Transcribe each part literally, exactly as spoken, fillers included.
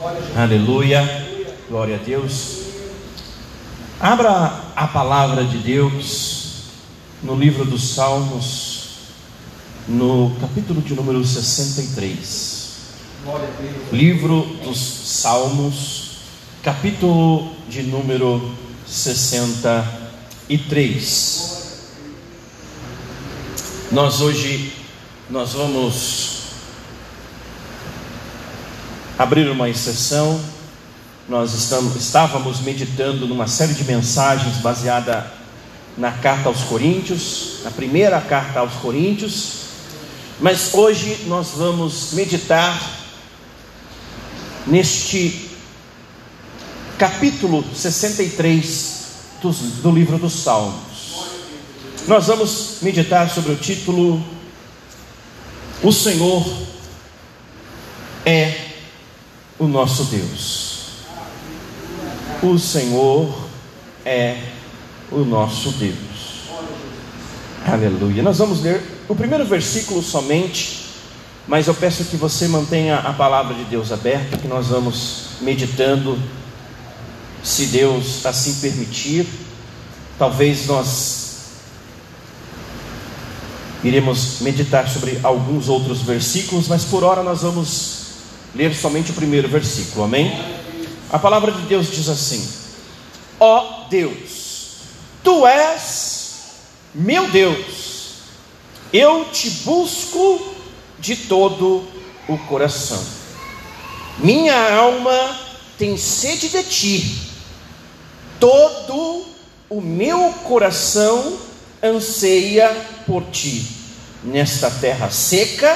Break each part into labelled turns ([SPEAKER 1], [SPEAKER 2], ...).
[SPEAKER 1] Aleluia, glória a Deus. Abra a palavra de Deus no livro dos Salmos, no capítulo de número sessenta e três. Livro dos Salmos, capítulo de número sessenta e três. Nós hoje nós vamos abrir uma exceção. Nós estamos, estávamos meditando numa série de mensagens baseada na carta aos Coríntios, na primeira carta aos Coríntios, mas hoje nós vamos meditar neste capítulo sessenta e três do, do livro dos Salmos. Nós vamos meditar sobre o título: O Senhor é o nosso Deus. O Senhor é o nosso Deus. Aleluia. Nós vamos ler o primeiro versículo somente, mas eu peço que você mantenha a palavra de Deus aberta, que nós vamos meditando, se Deus assim permitir. Talvez nós iremos meditar sobre alguns outros versículos, mas por hora nós vamos ler somente o primeiro versículo, amém? A palavra de Deus diz assim: ó Deus, Tu és meu Deus, eu te busco de todo o coração. Minha alma tem sede de Ti, todo o meu coração anseia por Ti, nesta terra seca,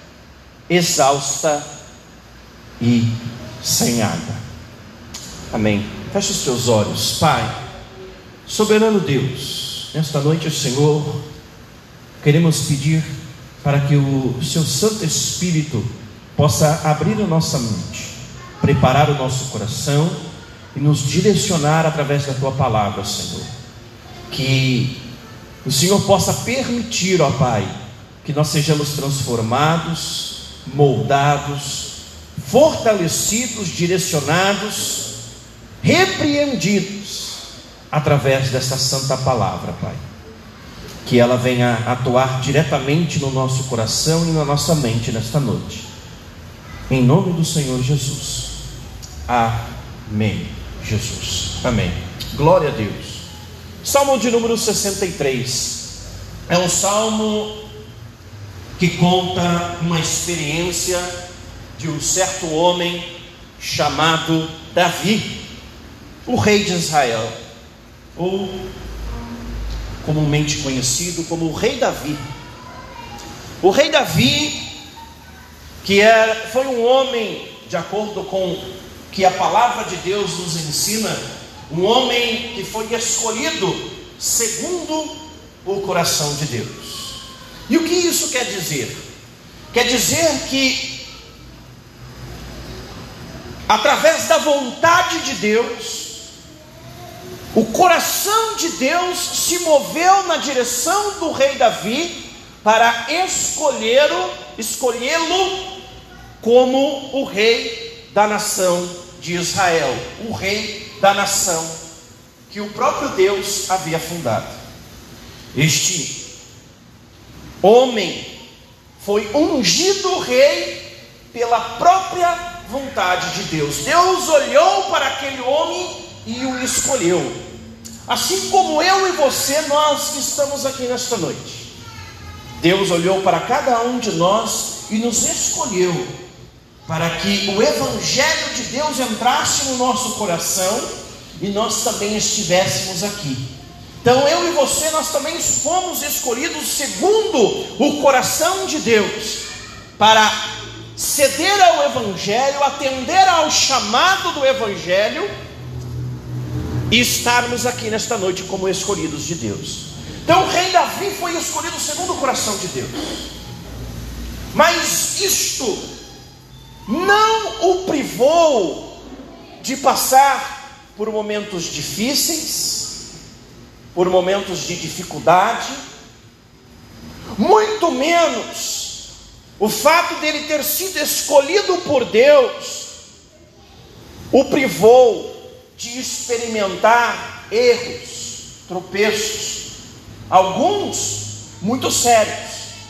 [SPEAKER 1] exausta e sem água. Amém. Feche os teus olhos. Pai, soberano Deus, nesta noite, Senhor, queremos pedir para que o Seu Santo Espírito possa abrir a nossa mente, preparar o nosso coração e nos direcionar através da Tua palavra, Senhor. Que o Senhor possa permitir, ó Pai, que nós sejamos transformados, moldados, fortalecidos, direcionados, repreendidos através dessa santa palavra, Pai. Que ela venha atuar diretamente no nosso coração e na nossa mente nesta noite, em nome do Senhor Jesus. Amém. Jesus, amém. Glória a Deus. Salmo de número sessenta e três é um salmo que conta uma experiência de um certo homem chamado Davi, o rei de Israel, ou comumente conhecido como o rei Davi. O rei Davi, que era, foi um homem, de acordo com que a palavra de Deus nos ensina, um homem que foi escolhido segundo o coração de Deus. E o que isso quer dizer? Quer dizer que, através da vontade de Deus, o coração de Deus se moveu na direção do rei Davi para escolhê-lo, escolhê-lo como o rei da nação de Israel, o rei da nação que o próprio Deus havia fundado. Este homem foi ungido rei pela própria vontade de Deus. Deus olhou para aquele homem e o escolheu. Assim como eu e você, nós que estamos aqui nesta noite, Deus olhou para cada um de nós e nos escolheu para que o Evangelho de Deus entrasse no nosso coração e nós também estivéssemos aqui. Então eu e você, nós também fomos escolhidos segundo o coração de Deus, para ceder ao Evangelho, atender ao chamado do Evangelho e estarmos aqui nesta noite como escolhidos de Deus. Então o rei Davi foi escolhido segundo o coração de Deus, mas isto não o privou de passar por momentos difíceis, por momentos de dificuldade, muito menos o fato dele ter sido escolhido por Deus o privou de experimentar erros, tropeços, alguns muito sérios.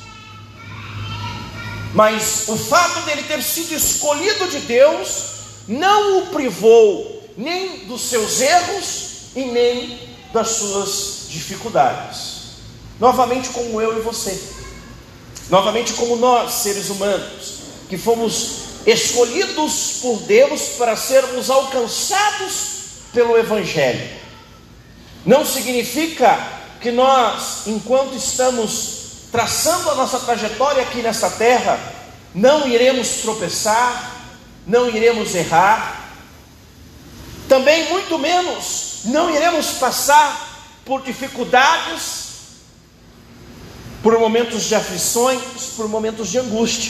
[SPEAKER 1] Mas o fato dele ter sido escolhido de Deus não o privou nem dos seus erros e nem das suas dificuldades. Novamente, como eu e você, novamente como nós, seres humanos, que fomos escolhidos por Deus para sermos alcançados pelo Evangelho, não significa que nós, enquanto estamos traçando a nossa trajetória aqui nessa terra, não iremos tropeçar, não iremos errar, também muito menos não iremos passar por dificuldades, por momentos de aflições, por momentos de angústia.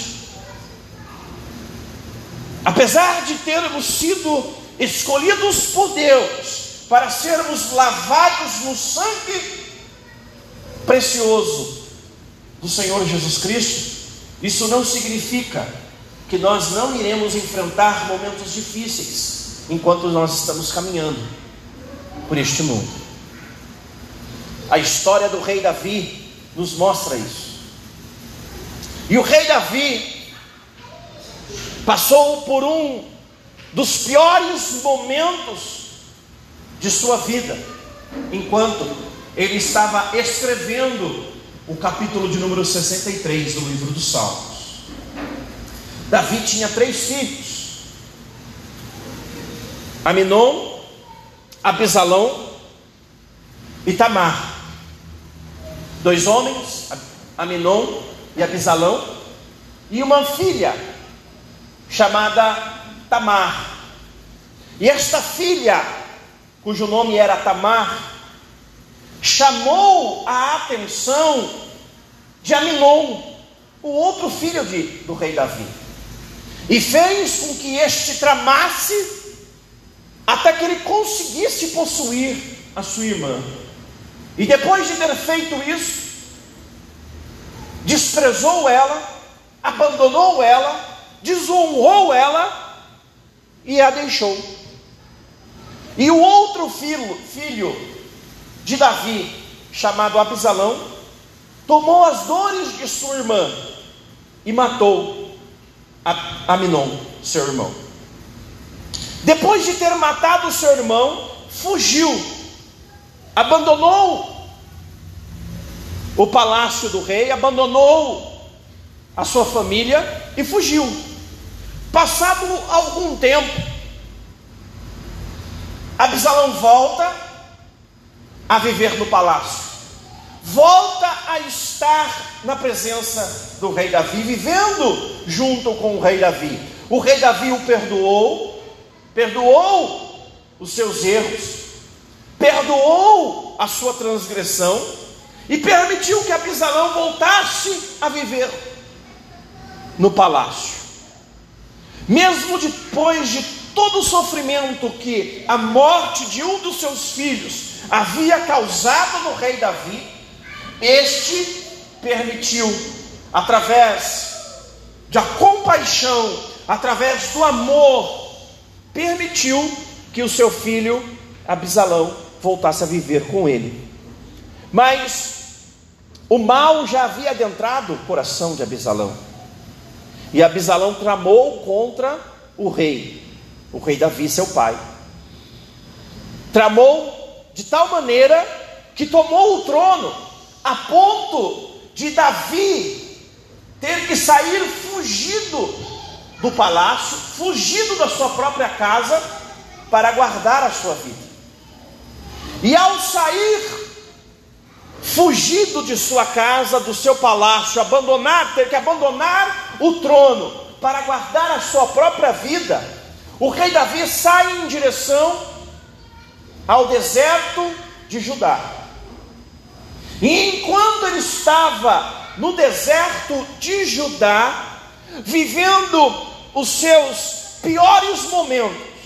[SPEAKER 1] Apesar de termos sido escolhidos por Deus para sermos lavados no sangue precioso do Senhor Jesus Cristo, isso não significa que nós não iremos enfrentar momentos difíceis enquanto nós estamos caminhando por este mundo. A história do rei Davi nos mostra isso. E o rei Davi passou por um dos piores momentos de sua vida, enquanto ele estava escrevendo o capítulo de número sessenta e três do livro dos Salmos. Davi tinha três filhos: Aminon, Abisalão e Tamar. Dois homens, Aminon e Abisalão, e uma filha chamada Tamar. E esta filha, cujo nome era Tamar, chamou a atenção de Aminon, o outro filho de, do rei Davi, e fez com que este tramasse até que ele conseguisse possuir a sua irmã. E depois de ter feito isso, desprezou ela, abandonou ela, desonrou ela e a deixou. E o outro filho, filho de Davi, chamado Abisalão, tomou as dores de sua irmã e matou Aminon, seu irmão. Depois de ter matado seu irmão, fugiu, abandonou o palácio do rei, abandonou a sua família e fugiu. Passado algum tempo, Abisalão volta a viver no palácio, volta a estar na presença do rei Davi, vivendo junto com o rei Davi. O rei Davi o perdoou, perdoou os seus erros, perdoou a sua transgressão e permitiu que Abisalão voltasse a viver no palácio. Mesmo depois de todo o sofrimento que a morte de um dos seus filhos havia causado no rei Davi, este permitiu, através da compaixão, através do amor, permitiu que o seu filho Abisalão voltasse a viver com ele. Mas o mal já havia adentrado o coração de Abisalão, e Abisalão tramou contra o rei, o rei Davi, seu pai. Tramou de tal maneira que tomou o trono, a ponto de Davi ter que sair fugido do palácio, fugido da sua própria casa, para guardar a sua vida. E ao sair fugido de sua casa, do seu palácio, abandonar, ter que abandonar o trono para guardar a sua própria vida, o rei Davi sai em direção ao deserto de Judá. E enquanto ele estava no deserto de Judá, vivendo os seus piores momentos,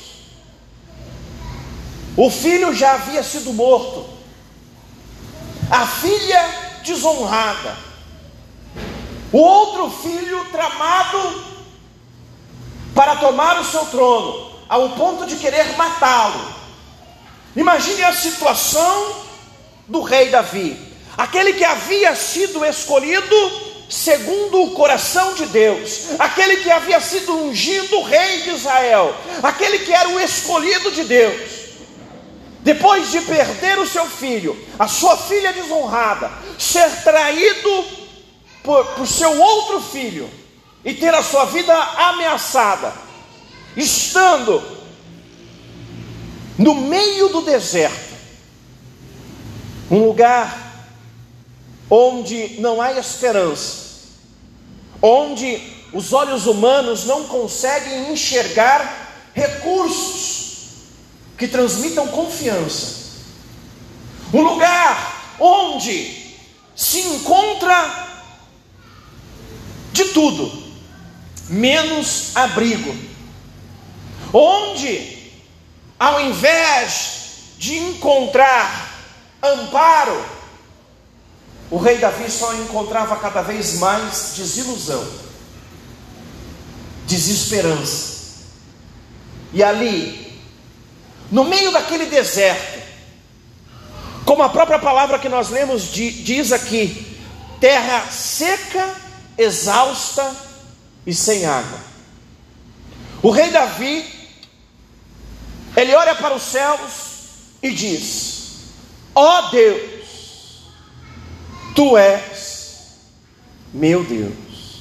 [SPEAKER 1] o filho já havia sido morto, a filha desonrada, o outro filho tramado para tomar o seu trono, ao ponto de querer matá-lo. Imagine a situação do rei Davi, aquele que havia sido escolhido segundo o coração de Deus, aquele que havia sido ungido rei de Israel, aquele que era o escolhido de Deus. Depois de perder o seu filho, a sua filha desonrada, ser traído por, por seu outro filho e ter a sua vida ameaçada, estando no meio do deserto, um lugar onde não há esperança, onde os olhos humanos não conseguem enxergar recursos que transmitam confiança, um lugar onde se encontra de tudo, menos abrigo, onde, ao invés de encontrar amparo, o rei Davi só encontrava cada vez mais desilusão, desesperança. E ali, no meio daquele deserto, como a própria palavra que nós lemos diz aqui, terra seca, exausta e sem água, o rei Davi, ele olha para os céus e diz: ó Deus, Tu és meu Deus.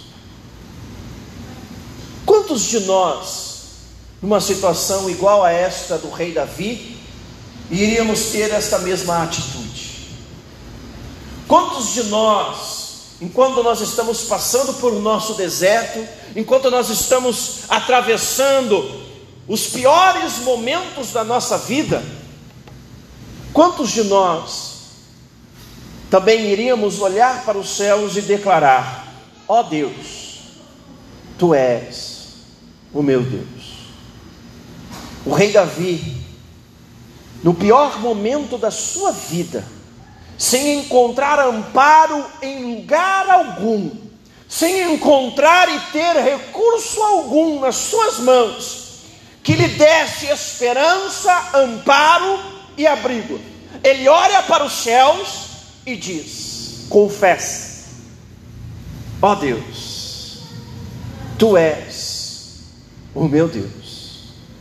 [SPEAKER 1] Quantos de nós, numa situação igual a esta do rei Davi, iríamos ter esta mesma atitude? Quantos de nós, enquanto nós estamos passando por nosso deserto, enquanto nós estamos atravessando os piores momentos da nossa vida, quantos de nós também iríamos olhar para os céus e declarar: ó Deus, Tu és o meu Deus? O rei Davi, no pior momento da sua vida, sem encontrar amparo em lugar algum, sem encontrar e ter recurso algum nas suas mãos, que lhe desse esperança, amparo e abrigo, ele olha para os céus e diz, confessa: ó Deus, Tu és o meu Deus.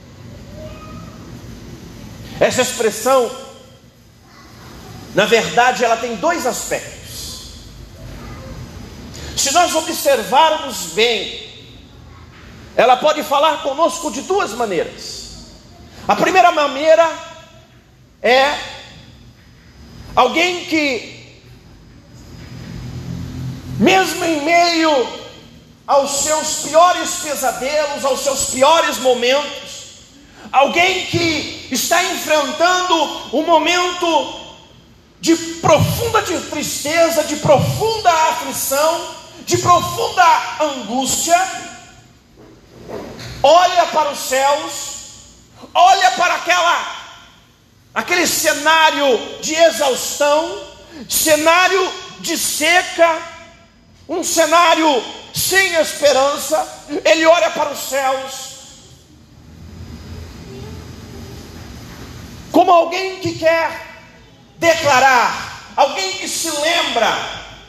[SPEAKER 1] Essa expressão, na verdade, ela tem dois aspectos. Se nós observarmos bem, ela pode falar conosco de duas maneiras. A primeira maneira é alguém que, mesmo em meio aos seus piores pesadelos, aos seus piores momentos, alguém que está enfrentando um momento de profunda tristeza, de profunda aflição, de profunda angústia, olha para os céus, olha para aquela aquele cenário de exaustão, cenário de seca, um cenário sem esperança. Ele olha para os céus como alguém que quer declarar, alguém que se lembra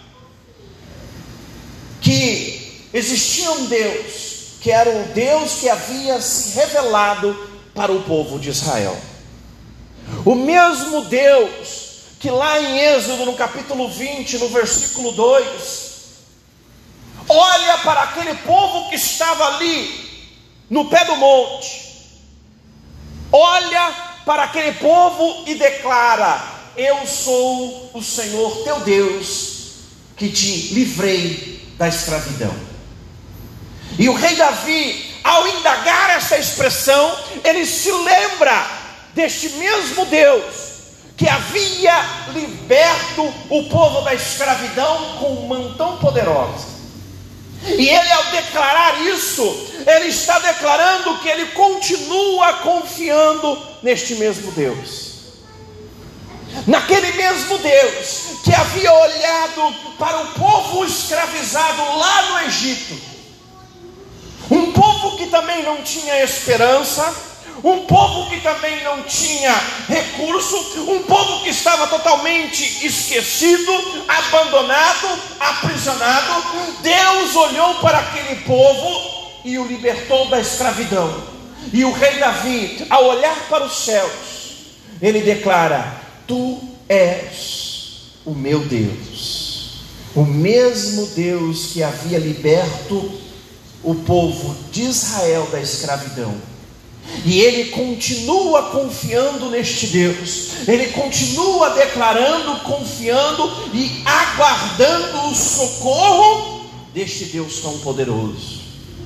[SPEAKER 1] que existia um Deus, que era o Deus que havia se revelado para o povo de Israel. O mesmo Deus que lá em Êxodo, no capítulo vinte, no versículo dois, olha para aquele povo que estava ali no pé do monte, olha para aquele povo e declara: eu sou o Senhor teu Deus, que te livrei da escravidão. E o rei Davi, ao indagar essa expressão, ele se lembra deste mesmo Deus que havia liberto o povo da escravidão com uma mão tão poderosa. E ele, ao declarar isso, ele está declarando que ele continua confiando neste mesmo Deus, naquele mesmo Deus que havia olhado para o povo escravizado lá no Egito, um povo que também não tinha esperança, um povo que também não tinha recurso, um povo que estava totalmente esquecido, abandonado, aprisionado. Deus olhou para aquele povo e o libertou da escravidão. E o rei Davi, ao olhar para os céus, ele declara: tu és o meu Deus. O mesmo Deus que havia liberto o povo de Israel da escravidão. E ele continua confiando neste Deus, ele continua declarando, confiando e aguardando o socorro deste Deus tão poderoso.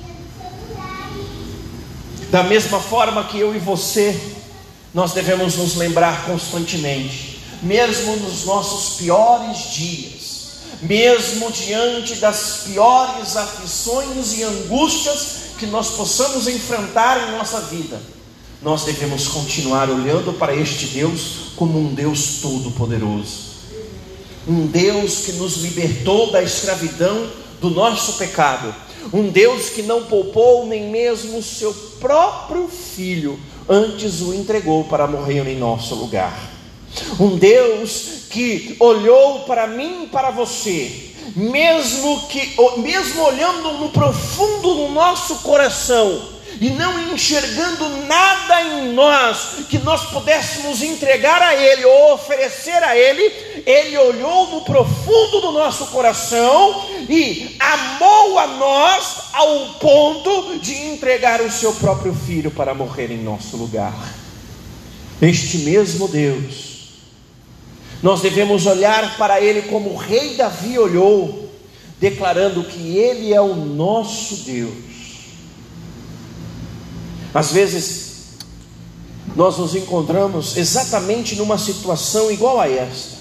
[SPEAKER 1] Da mesma forma que eu e você, nós devemos nos lembrar constantemente, mesmo nos nossos piores dias, mesmo diante das piores aflições e angústias que nós possamos enfrentar em nossa vida, nós devemos continuar olhando para este Deus como um Deus todo-poderoso, um Deus que nos libertou da escravidão do nosso pecado, um Deus que não poupou nem mesmo o seu próprio filho, antes o entregou para morrer em nosso lugar. Um Deus que olhou para mim e para você, mesmo que mesmo olhando no profundo do nosso coração e não enxergando nada em nós que nós pudéssemos entregar a Ele ou oferecer a Ele, Ele olhou no profundo do nosso coração e amou a nós ao ponto de entregar o seu próprio filho para morrer em nosso lugar. Este mesmo Deus, nós devemos olhar para Ele como o rei Davi olhou, declarando que Ele é o nosso Deus. Às vezes, nós nos encontramos exatamente numa situação igual a esta,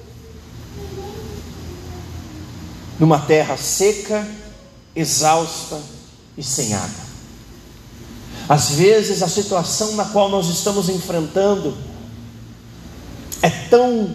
[SPEAKER 1] numa terra seca, exausta e sem água. Às vezes, a situação na qual nós estamos enfrentando é tão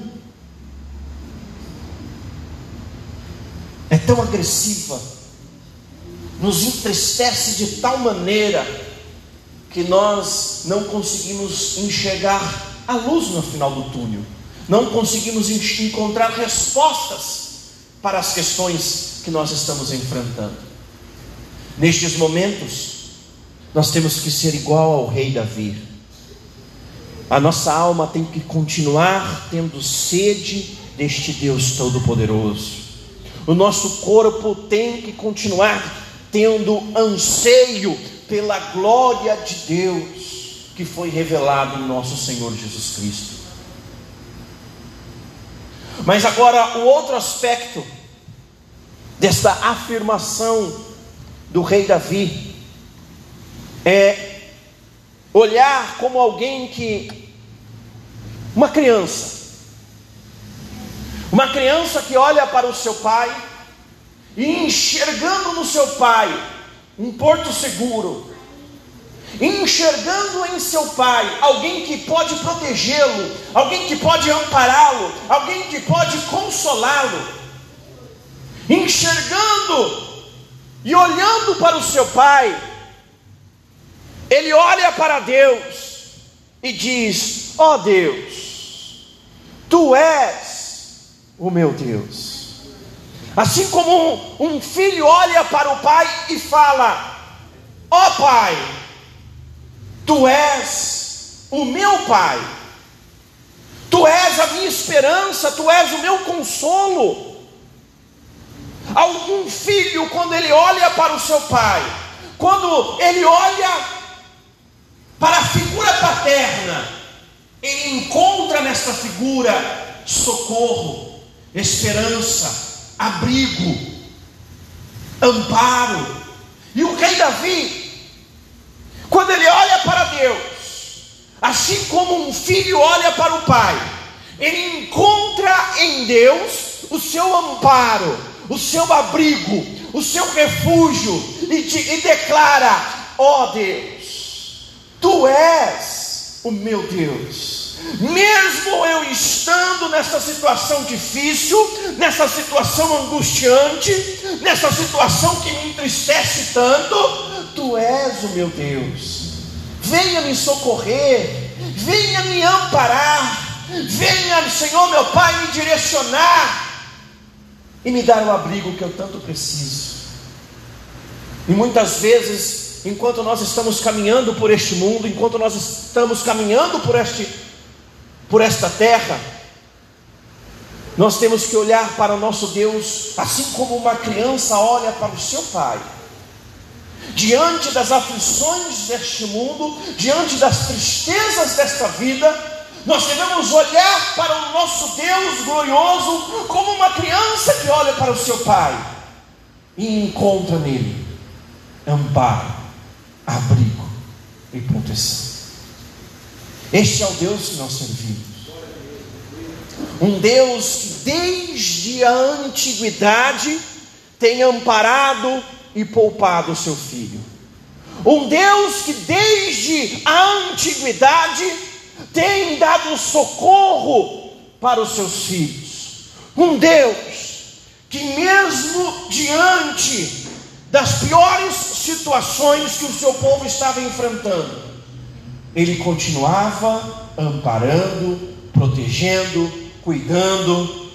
[SPEAKER 1] é tão agressiva, nos entristece de tal maneira que nós não conseguimos enxergar a luz no final do túnel, não conseguimos encontrar respostas para as questões que nós estamos enfrentando. Nestes momentos, nós temos que ser igual ao rei Davi. A nossa alma tem que continuar tendo sede deste Deus Todo-Poderoso. O nosso corpo tem que continuar tendo anseio pela glória de Deus que foi revelado em nosso Senhor Jesus Cristo. Mas agora o outro aspecto desta afirmação do rei Davi é olhar como alguém que, uma criança, uma criança que olha para o seu pai e enxergando no seu pai um porto seguro, enxergando em seu pai alguém que pode protegê-lo, alguém que pode ampará-lo, alguém que pode consolá-lo, enxergando e olhando para o seu pai, ele olha para Deus e diz: ó Deus, tu és o meu Deus. Assim como um, um filho olha para o pai e fala: ó pai, tu és o meu pai, tu és a minha esperança, tu és o meu consolo. Algum filho, quando ele olha para o seu pai, quando ele olha para a figura paterna, ele encontra nesta figura socorro, esperança, abrigo, amparo. E o rei Davi, quando ele olha para Deus, assim como um filho olha para o pai, ele encontra em Deus o seu amparo, o seu abrigo, o seu refúgio, e, te, e declara: ó Deus, tu és o meu Deus. Mesmo eu estando nessa situação difícil, nessa situação angustiante, nessa situação que me entristece tanto, tu és o meu Deus. venha me socorrer, venha me amparar, venha, Senhor meu Pai, me direcionar e me dar o abrigo que eu tanto preciso. E muitas vezes, enquanto nós estamos caminhando por este mundo, enquanto nós estamos caminhando por, este, por esta terra, nós temos que olhar para o nosso Deus, assim como uma criança olha para o seu pai. Diante das aflições deste mundo, diante das tristezas desta vida, nós devemos olhar para o nosso Deus glorioso como uma criança que olha para o seu pai e encontra nele amparo, abrigo e proteção. Este é o Deus que nós servimos. Um Deus que desde a antiguidade tem amparado e poupado o seu filho. Um Deus que desde a antiguidade tem dado socorro para os seus filhos. Um Deus que mesmo diante das piores situações que o seu povo estava enfrentando, ele continuava amparando, protegendo, cuidando,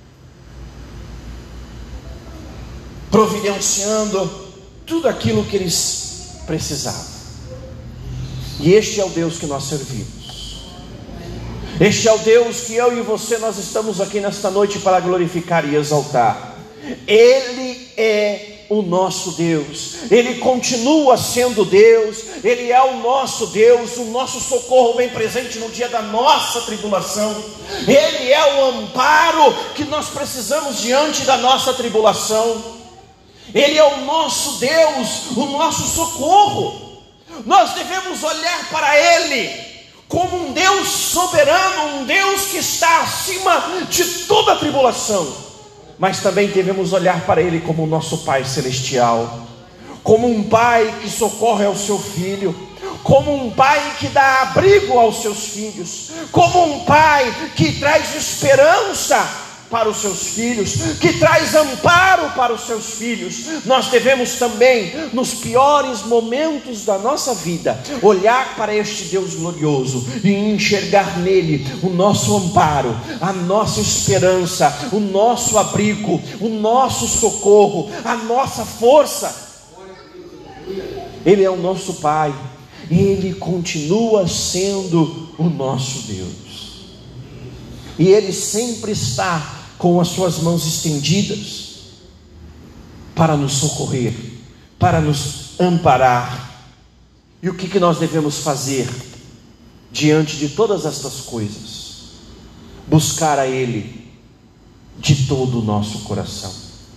[SPEAKER 1] providenciando tudo aquilo que eles precisavam. E este é o Deus que nós servimos. Este é o Deus que eu e você, nós estamos aqui nesta noite para glorificar e exaltar. Ele é o nosso Deus, Ele continua sendo Deus, Ele é o nosso Deus, o nosso socorro bem presente no dia da nossa tribulação. Ele é o amparo que nós precisamos diante da nossa tribulação. Ele é o nosso Deus, o nosso socorro. Nós devemos olhar para Ele como um Deus soberano, um Deus que está acima de toda a tribulação. Mas também devemos olhar para Ele como o nosso Pai Celestial, como um Pai que socorre ao seu filho, como um Pai que dá abrigo aos seus filhos, como um Pai que traz esperança para os seus filhos, que traz amparo para os seus filhos. Nós devemos também, nos piores momentos da nossa vida, olhar para este Deus glorioso e enxergar nele o nosso amparo, a nossa esperança, o nosso abrigo, o nosso socorro, a nossa força. Ele é o nosso Pai, Ele continua sendo o nosso Deus, e Ele sempre está com as suas mãos estendidas para nos socorrer, para nos amparar. E o que, que nós devemos fazer diante de todas estas coisas? Buscar a Ele de todo o nosso coração,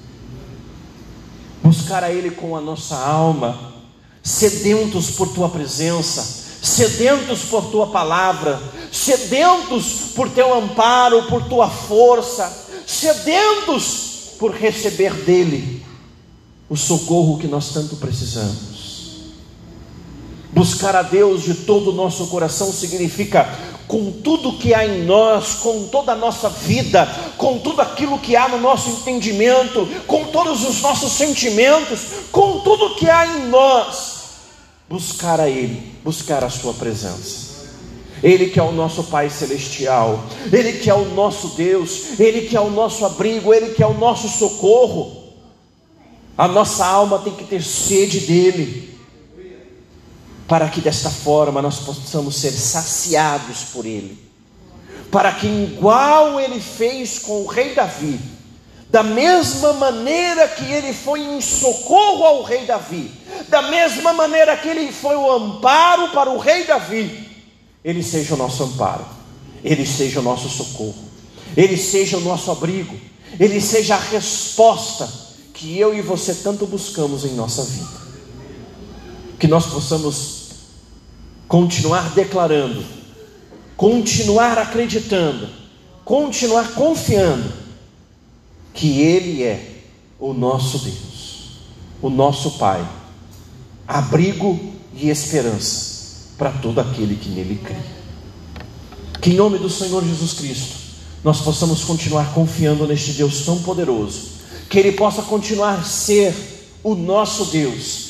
[SPEAKER 1] buscar a Ele com a nossa alma, sedentos por Tua presença, sedentos por Tua palavra, sedentos por Teu amparo, por Tua força, sedentos por receber dEle o socorro que nós tanto precisamos. Buscar a Deus de todo o nosso coração significa, com tudo que há em nós, com toda a nossa vida, com tudo aquilo que há no nosso entendimento, com todos os nossos sentimentos, com tudo que há em nós, buscar a Ele, buscar a sua presença. Ele que é o nosso Pai Celestial, Ele que é o nosso Deus, Ele que é o nosso abrigo, Ele que é o nosso socorro. A nossa alma tem que ter sede dEle, para que desta forma nós possamos ser saciados por Ele, para que igual Ele fez com o rei Davi, da mesma maneira que Ele foi em socorro ao rei Davi, da mesma maneira que Ele foi o amparo para o rei Davi, Ele seja o nosso amparo, Ele seja o nosso socorro, Ele seja o nosso abrigo, Ele seja a resposta que eu e você tanto buscamos em nossa vida. Que nós possamos continuar declarando, continuar acreditando, continuar confiando que Ele é o nosso Deus, o nosso Pai, abrigo e esperança para todo aquele que nele crê. Que em nome do Senhor Jesus Cristo nós possamos continuar confiando neste Deus tão poderoso, que Ele possa continuar a ser o nosso Deus,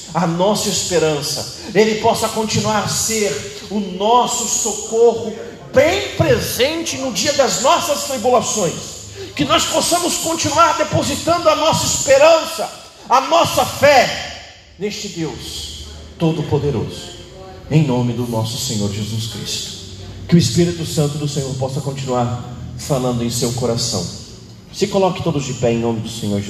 [SPEAKER 1] a nossa esperança, Ele possa continuar a ser o nosso socorro bem presente no dia das nossas tribulações, que nós possamos continuar depositando a nossa esperança, a nossa fé neste Deus Todo-Poderoso, em nome do nosso Senhor Jesus Cristo. Que o Espírito Santo do Senhor possa continuar falando em seu coração. Se coloque todos de pé em nome do Senhor Jesus.